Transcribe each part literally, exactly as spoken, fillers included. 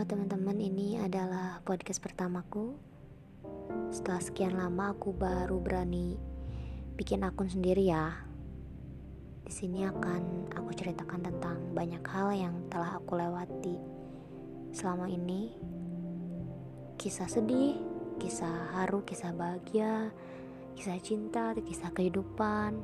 teman-teman, ini adalah podcast pertamaku. Setelah sekian lama aku baru berani bikin akun sendiri ya. Di sini akan aku ceritakan tentang banyak hal yang telah aku lewati selama ini. Kisah sedih, kisah haru, kisah bahagia, kisah cinta, kisah kehidupan.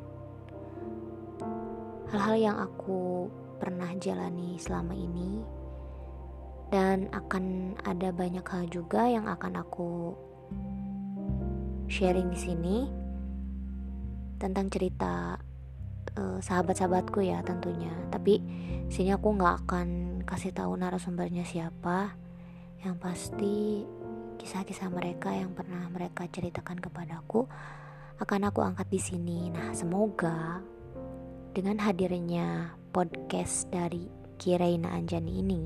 Hal-hal yang aku pernah jalani selama ini. Dan akan ada banyak hal juga yang akan aku sharing di sini tentang cerita uh, sahabat-sahabatku ya tentunya. Tapi sini aku nggak akan kasih tahu narasumbernya siapa. Yang pasti kisah-kisah mereka yang pernah mereka ceritakan kepadaku akan aku angkat di sini. Nah, semoga dengan hadirnya podcast dari Kiraina Anjani ini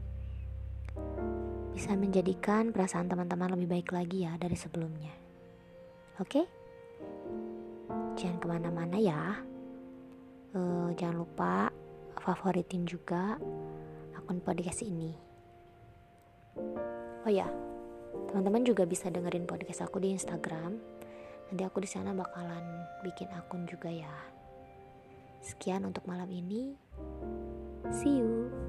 bisa menjadikan perasaan teman-teman lebih baik lagi ya dari sebelumnya. Oke? Jangan kemana-mana ya. uh, Jangan lupa favoritin juga akun podcast ini. Oh ya, teman-teman juga bisa dengerin podcast aku di Instagram. Nanti aku di sana bakalan bikin akun juga ya. Sekian untuk malam ini. See you.